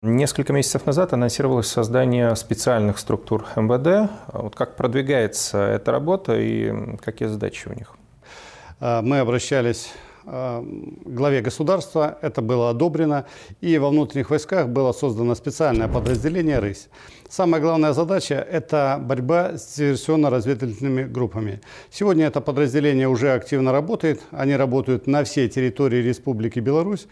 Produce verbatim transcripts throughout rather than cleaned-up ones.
Несколько месяцев назад анонсировалось создание специальных структур эм вэ дэ. Вот как продвигается эта работа и какие задачи у них? Мы обращались к главе государства, это было одобрено, и во внутренних войсках было создано специальное подразделение «Рысь». Самая главная задача – это борьба с диверсионно-разведывательными группами. Сегодня это подразделение уже активно работает, они работают на всей территории Республики Беларусь.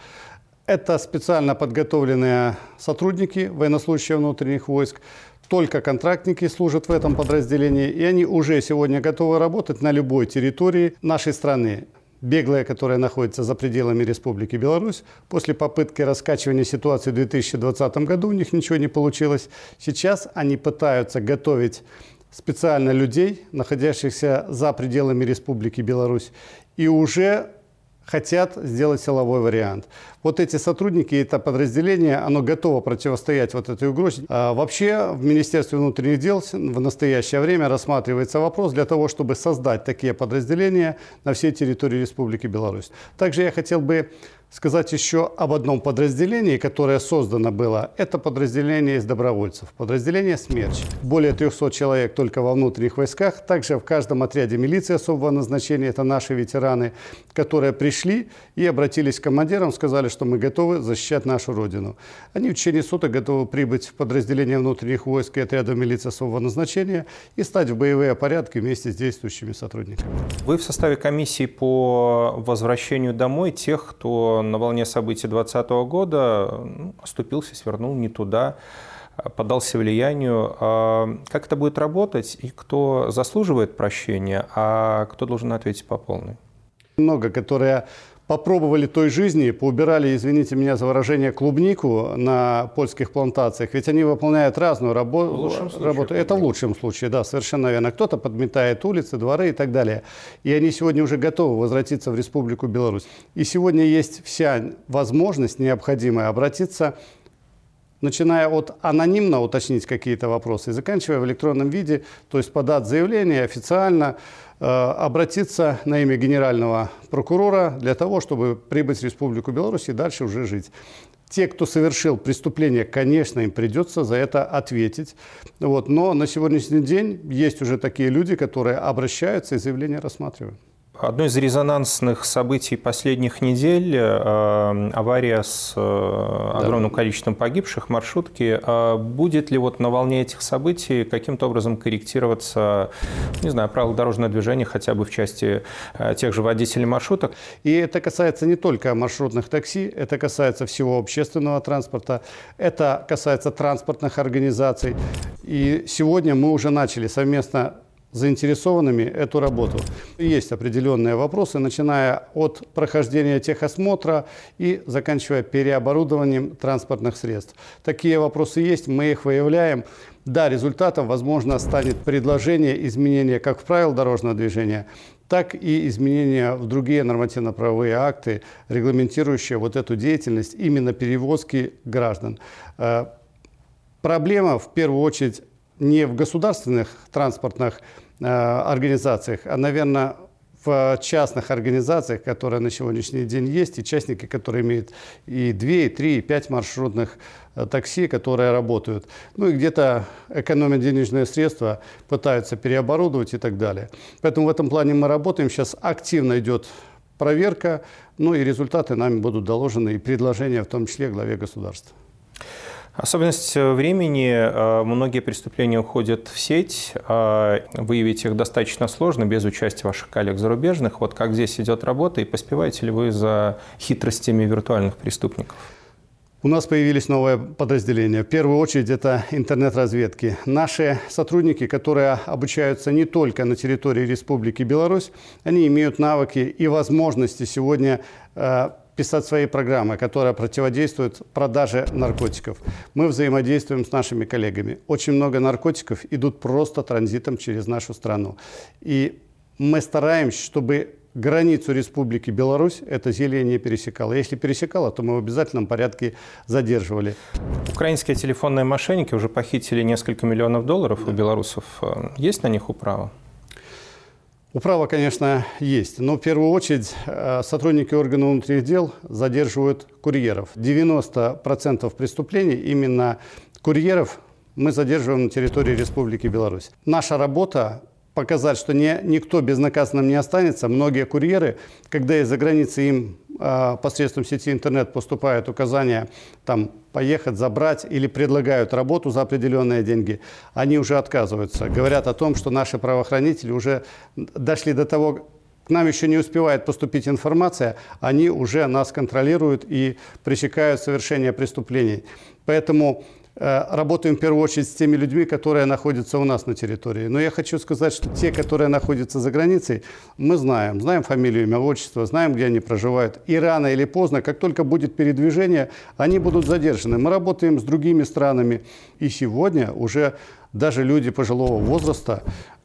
Это специально подготовленные сотрудники, военнослужащие внутренних войск, только контрактники служат в этом подразделении, и они уже сегодня готовы работать на любой территории нашей страны. Беглые, которые находятся за пределами Республики Беларусь, после попытки раскачивания ситуации в две тысячи двадцатом году у них ничего не получилось. Сейчас они пытаются готовить специально людей, находящихся за пределами Республики Беларусь, и уже хотят сделать силовой вариант. Вот эти сотрудники, это подразделение, оно готово противостоять вот этой угрозе. А вообще в Министерстве внутренних дел в настоящее время рассматривается вопрос для того, чтобы создать такие подразделения на всей территории Республики Беларусь. Также я хотел бы сказать еще об одном подразделении, которое создано было. Это подразделение из добровольцев, подразделение «Смерч». Более трёхсот человек только во внутренних войсках. Также в каждом отряде милиции особого назначения, это наши ветераны, которые пришли и обратились к командирам, сказали, что мы готовы защищать нашу родину. Они в течение суток готовы прибыть в подразделение внутренних войск и отряда милиции особого назначения и стать в боевые порядки вместе с действующими сотрудниками. Вы в составе комиссии по возвращению домой тех, кто на волне событий двадцатого года ну, оступился, свернул не туда, поддался влиянию. Как это будет работать и кто заслуживает прощения, а кто должен ответить по полной? Много, которые попробовали той жизни, поубирали, извините меня за выражение, клубнику на польских плантациях, ведь они выполняют разную рабо работу. Это в лучшем случае, да, совершенно верно. Кто-то подметает улицы, дворы и так далее. И они сегодня уже готовы возвратиться в Республику Беларусь. И сегодня есть вся возможность необходимая обратиться, начиная от анонимно уточнить какие-то вопросы и заканчивая в электронном виде, то есть подать заявление официально, э, обратиться на имя генерального прокурора для того, чтобы прибыть в Республику Беларусь и дальше уже жить. Те, кто совершил преступление, конечно, им придется за это ответить. Вот. Но на сегодняшний день есть уже такие люди, которые обращаются и заявления рассматривают. Одно из резонансных событий последних недель э, – авария с э, огромным да. количеством погибших маршрутки. Э, будет ли вот на волне этих событий каким-то образом корректироваться, не знаю, правила дорожного движения хотя бы в части э, тех же водителей маршруток? И это касается не только маршрутных такси, это касается всего общественного транспорта, это касается транспортных организаций. И сегодня мы уже начали совместно заинтересованными эту работу. Есть определенные вопросы, начиная от прохождения техосмотра и заканчивая переоборудованием транспортных средств. Такие вопросы есть, мы их выявляем. Да, результатом, возможно, станет предложение изменения как в правил дорожного движения, так и изменения в другие нормативно-правовые акты, регламентирующие вот эту деятельность именно перевозки граждан. Проблема, в первую очередь, не в государственных транспортных э, организациях, а, наверное, в частных организациях, которые на сегодняшний день есть, и частники, которые имеют и две, и три, и пять маршрутных э, такси, которые работают. Ну и где-то экономят денежные средства, пытаются переоборудовать и так далее. Поэтому в этом плане мы работаем. Сейчас активно идет проверка, ну и результаты нами будут доложены, и предложения, в том числе, главе государства. Особенность времени. Многие преступления уходят в сеть. Выявить их достаточно сложно, без участия ваших коллег зарубежных. Вот как здесь идет работа, и поспеваете ли вы за хитростями виртуальных преступников? У нас появились новые подразделения. В первую очередь это интернет-разведки. Наши сотрудники, которые обучаются не только на территории Республики Беларусь, они имеют навыки и возможности сегодня э, писать свои программы, которые противодействуют продаже наркотиков. Мы взаимодействуем с нашими коллегами. Очень много наркотиков идут просто транзитом через нашу страну. И мы стараемся, чтобы границу Республики Беларусь это зелье не пересекало. Если пересекало, то мы в обязательном порядке задерживали. Украинские телефонные мошенники уже похитили несколько миллионов долларов да. у белорусов. Есть на них управа? Управа, конечно, есть, но в первую очередь сотрудники органов внутренних дел задерживают курьеров. девяносто процентов преступлений именно курьеров мы задерживаем на территории Республики Беларусь. Наша работа показать, что не, никто безнаказанным не останется. Многие курьеры, когда из-за границы им э, посредством сети интернет поступают указания там, поехать, забрать или предлагают работу за определенные деньги, они уже отказываются. Говорят о том, что наши правоохранители уже дошли до того, к нам еще не успевает поступить информация, они уже нас контролируют и пресекают совершение преступлений. Поэтому работаем в первую очередь с теми людьми, которые находятся у нас на территории. Но я хочу сказать, что те, которые находятся за границей, мы знаем. Знаем фамилию, имя, отчество, знаем, где они проживают. И рано или поздно, как только будет передвижение, они будут задержаны. Мы работаем с другими странами. И сегодня уже даже люди пожилого возраста,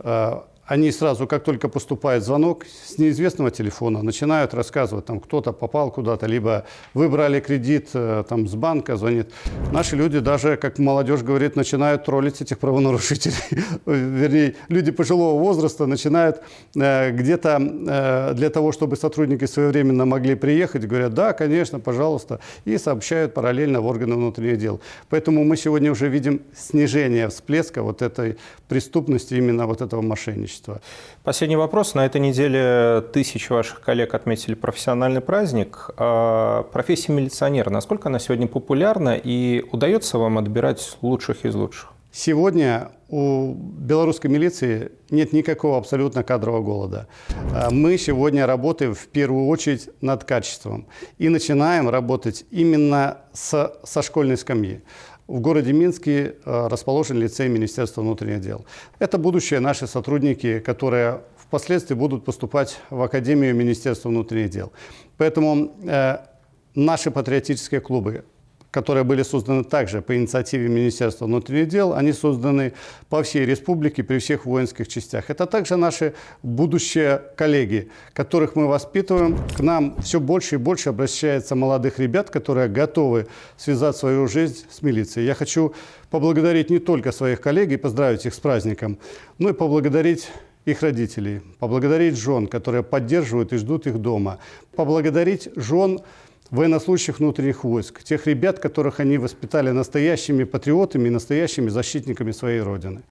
они сразу, как только поступает звонок с неизвестного телефона, начинают рассказывать, там кто-то попал куда-то, либо вы брали кредит там, с банка, звонит. Наши люди даже, как молодежь говорит, начинают троллить этих правонарушителей. Вернее, люди пожилого возраста начинают э, где-то э, для того, чтобы сотрудники своевременно могли приехать, говорят, да, конечно, пожалуйста, и сообщают параллельно в органы внутренних дел. Поэтому мы сегодня уже видим снижение всплеска вот этой преступности, именно вот этого мошенничества. Последний вопрос. На этой неделе тысячи ваших коллег отметили профессиональный праздник. Профессия милиционера, насколько она сегодня популярна и удается вам отбирать лучших из лучших? Сегодня у белорусской милиции нет никакого абсолютно кадрового голода. Мы сегодня работаем в первую очередь над качеством и начинаем работать именно с, со школьной скамьи. В городе Минске расположен лицей Министерства внутренних дел. Это будущие наши сотрудники, которые впоследствии будут поступать в Академию Министерства внутренних дел. Поэтому э, наши патриотические клубы, которые были созданы также по инициативе Министерства внутренних дел, они созданы по всей республике при всех воинских частях. Это также наши будущие коллеги, которых мы воспитываем. К нам все больше и больше обращается молодых ребят, которые готовы связать свою жизнь с милицией. Я хочу поблагодарить не только своих коллег и поздравить их с праздником, но и поблагодарить их родителей, поблагодарить жен, которые поддерживают и ждут их дома, поблагодарить жен военнослужащих внутренних войск, тех ребят, которых они воспитали настоящими патриотами и настоящими защитниками своей Родины.